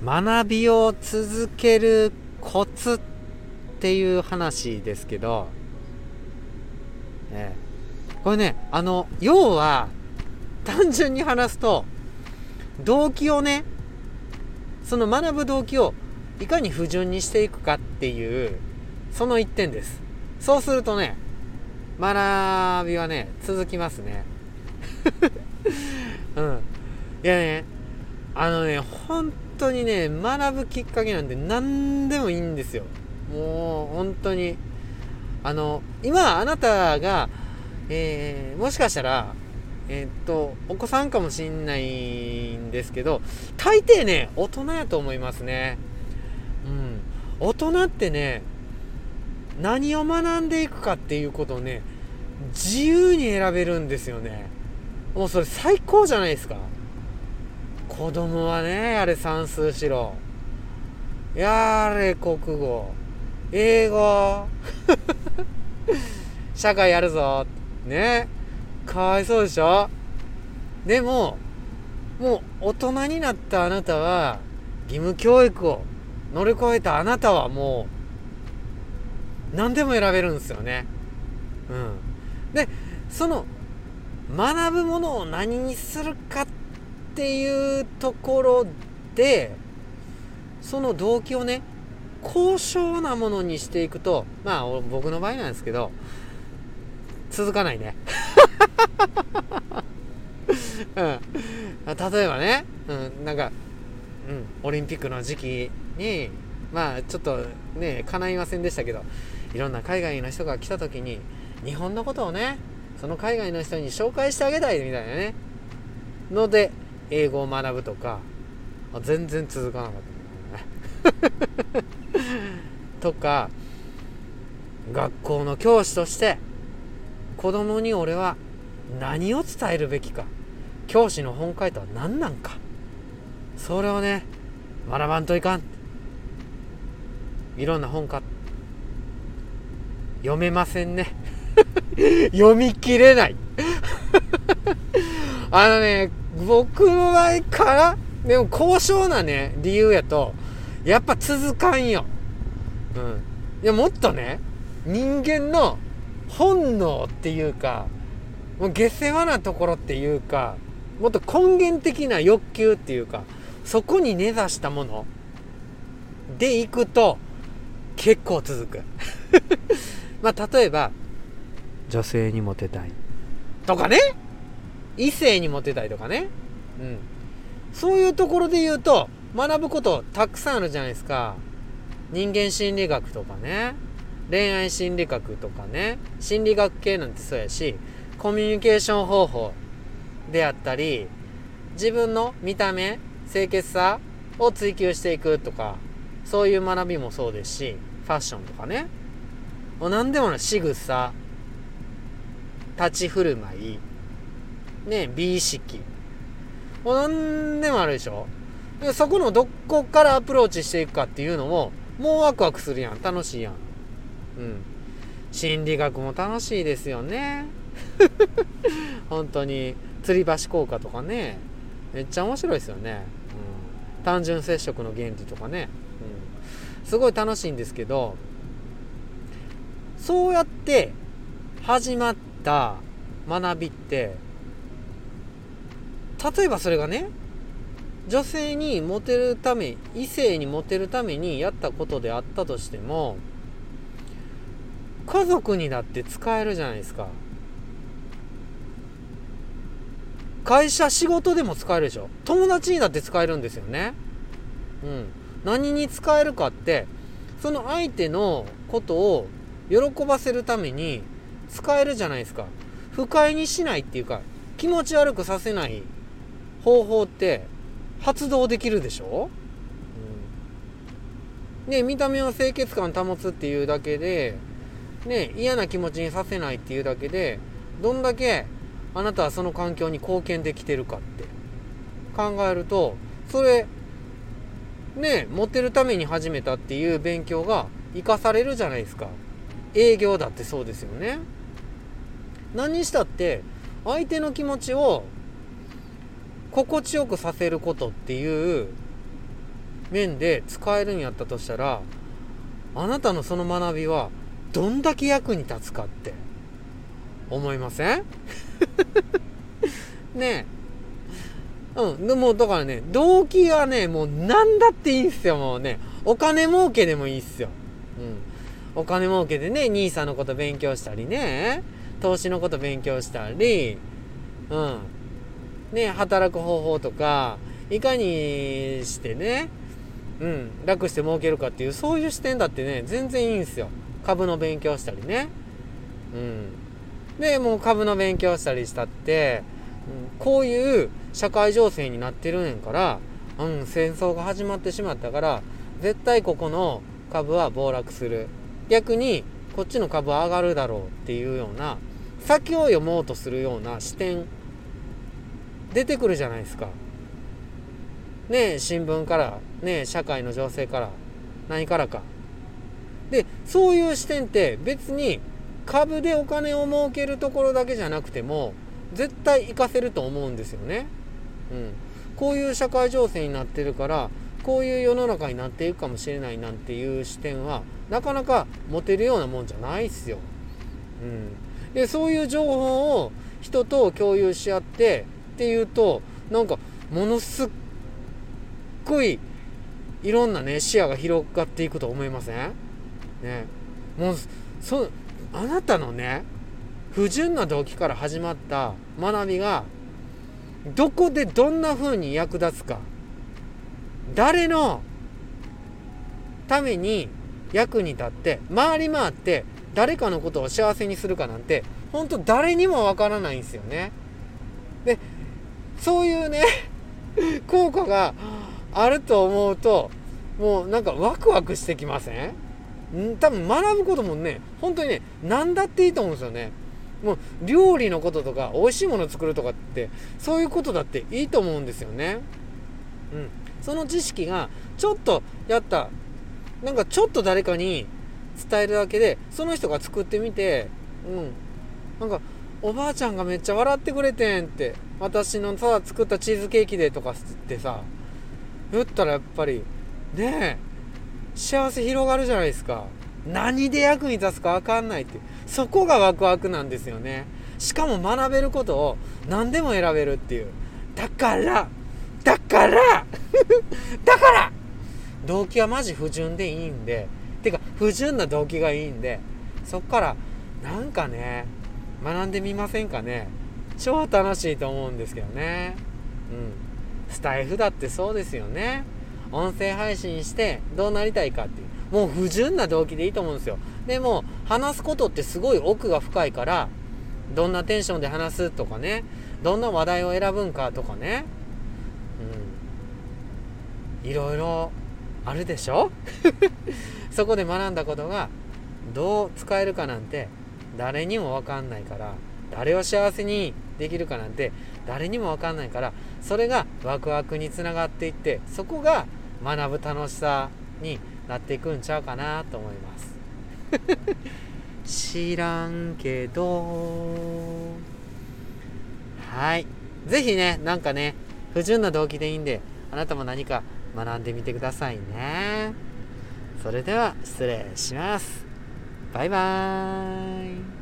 学びを続けるコツっていう話ですけど、これね、要は単純に話すと、動機をね、その学ぶ動機をいかに不純にしていくかっていう、その一点です。そうするとね、学びはね続きますね。いやね、本当にね、学ぶきっかけなんて何でもいいんですよ。もう本当に今あなたが、もしかしたらお子さんかもしんないんですけど、大抵ね大人やと思いますね。大人ってね、何を学んでいくかっていうことをね、自由に選べるんですよね。もうそれ最高じゃないですか。子供はね、やれ算数しろ、やれ国語、英語社会やるぞね。かわいそうでしょ。でももう大人になったあなたは、義務教育を乗り越えたあなたはもう何でも選べるんですよね。で、その学ぶものを何にするかっていうところで、その動機をね、高尚なものにしていくと、まあ僕の場合なんですけど、続かないね。例えばね、オリンピックの時期に、まあちょっとね叶いませんでしたけど、いろんな海外の人が来た時に日本のことをね、その海外の人に紹介してあげたいみたいなねので、英語を学ぶとか、全然続かなかったね。とか、学校の教師として子供に俺は何を伝えるべきか、教師の本懐とは何なんか、それをね学ばんといかん。いろんな本か読めませんね。読み切れない。僕の場合からでも高尚なね理由やと、やっぱ続かんよ。いや、もっとね、人間の本能っていうか、もう下世話なところっていうか、もっと根源的な欲求っていうか、そこに根ざしたものでいくと結構続く。まあ例えば女性にモテたいとかね、異性にモテたいとかね、そういうところで言うと学ぶことたくさんあるじゃないですか。人間心理学とかね、恋愛心理学とかね、心理学系なんてそうやし、コミュニケーション方法であったり、自分の見た目、清潔さを追求していくとか、そういう学びもそうですし、ファッションとかね、もう何でもない、仕草、立ち振る舞いね、美意識、もう何でもあるでしょ。でそこのどこからアプローチしていくかっていうのももうワクワクするやん、楽しいやん。心理学も楽しいですよね。本当に吊り橋効果とかね、めっちゃ面白いですよね。単純接触の原理とかね、すごい楽しいんですけど、そうやって始まった学びって、例えばそれがね、女性にモテるため、異性にモテるためにやったことであったとしても、家族にだって使えるじゃないですか。会社、仕事でも使えるでしょ。友達にだって使えるんですよね。何に使えるかって、その相手のことを喜ばせるために使えるじゃないですか。不快にしないっていうか、気持ち悪くさせない方法って発動できるでしょ。で、見た目を清潔感保つっていうだけでね、嫌な気持ちにさせないっていうだけで、どんだけあなたはその環境に貢献できてるかって考えると、それね、モテるために始めたっていう勉強が生かされるじゃないですか。営業だってそうですよね。何にしたって相手の気持ちを心地よくさせることっていう面で使えるんやったとしたら、あなたのその学びはどんだけ役に立つかって思いません？ねえ。でもだからね、動機はね、もう何だっていいんすよ。もうね、お金儲けでもいいっすよ。お金儲けでね、NISAのこと勉強したりね、投資のこと勉強したり、ね、働く方法とか、いかにしてね、楽して儲けるかっていう、そういう視点だってね、全然いいんすよ。株の勉強したりね。で、もう株の勉強したりしたって、こういう社会情勢になってるねんから、戦争が始まってしまったから、絶対ここの株は暴落する。逆に、こっちの株は上がるだろうっていうような、先を読もうとするような視点、出てくるじゃないですか。ね、新聞から、ね、社会の情勢から、何からか。で、そういう視点って別に株でお金を儲けるところだけじゃなくても、絶対活かせると思うんですよね。こういう社会情勢になってるから、こういう世の中になっていくかもしれないなんていう視点は、なかなか持てるようなもんじゃないっすよ。で、そういう情報を人と共有し合ってっていうと、なんかものすっごいいろんなね視野が広がっていくと思いません？ね、もうあなたのね不純な動機から始まった学びがどこでどんな風に役立つか、誰のために役に立って回り回って誰かのことを幸せにするかなんて本当誰にもわからないんですよね。で、そういうね効果があると思うと、もうなんかワクワクしてきません？多分学ぶこともね、本当にね、何だっていいと思うんですよね。もう料理のこととか美味しいものを作るとかって、そういうことだっていいと思うんですよね。その知識がちょっとやった、なんかちょっと誰かに伝えるだけで、その人が作ってみて、なんかおばあちゃんがめっちゃ笑ってくれてんって、私のさ作ったチーズケーキでとかってさ言ったら、やっぱりねえ幸せ広がるじゃないですか。何で役に立つか分かんないって、そこがワクワクなんですよね。しかも学べることを何でも選べるっていう。だからだから動機はマジ不純でいいんで、てか不純な動機がいいんで、そっからなんかね学んでみませんかね。超楽しいと思うんですけどね。スタイフだってそうですよね。音声配信してどうなりたいかっていう、もう不純な動機でいいと思うんですよ。でも話すことってすごい奥が深いから、どんなテンションで話すとかね、どんな話題を選ぶんかとかね、いろいろあるでしょそこで学んだことがどう使えるかなんて誰にも分かんないから、誰を幸せにできるかなんて誰にも分かんないから、それがワクワクにつながっていって、そこが学ぶ楽しさになっていくんちゃうかなと思います知らんけど。はい、ぜひね、なんかね不純な動機でいいんで、あなたも何か学んでみてくださいね。それでは失礼します。バイバーイ。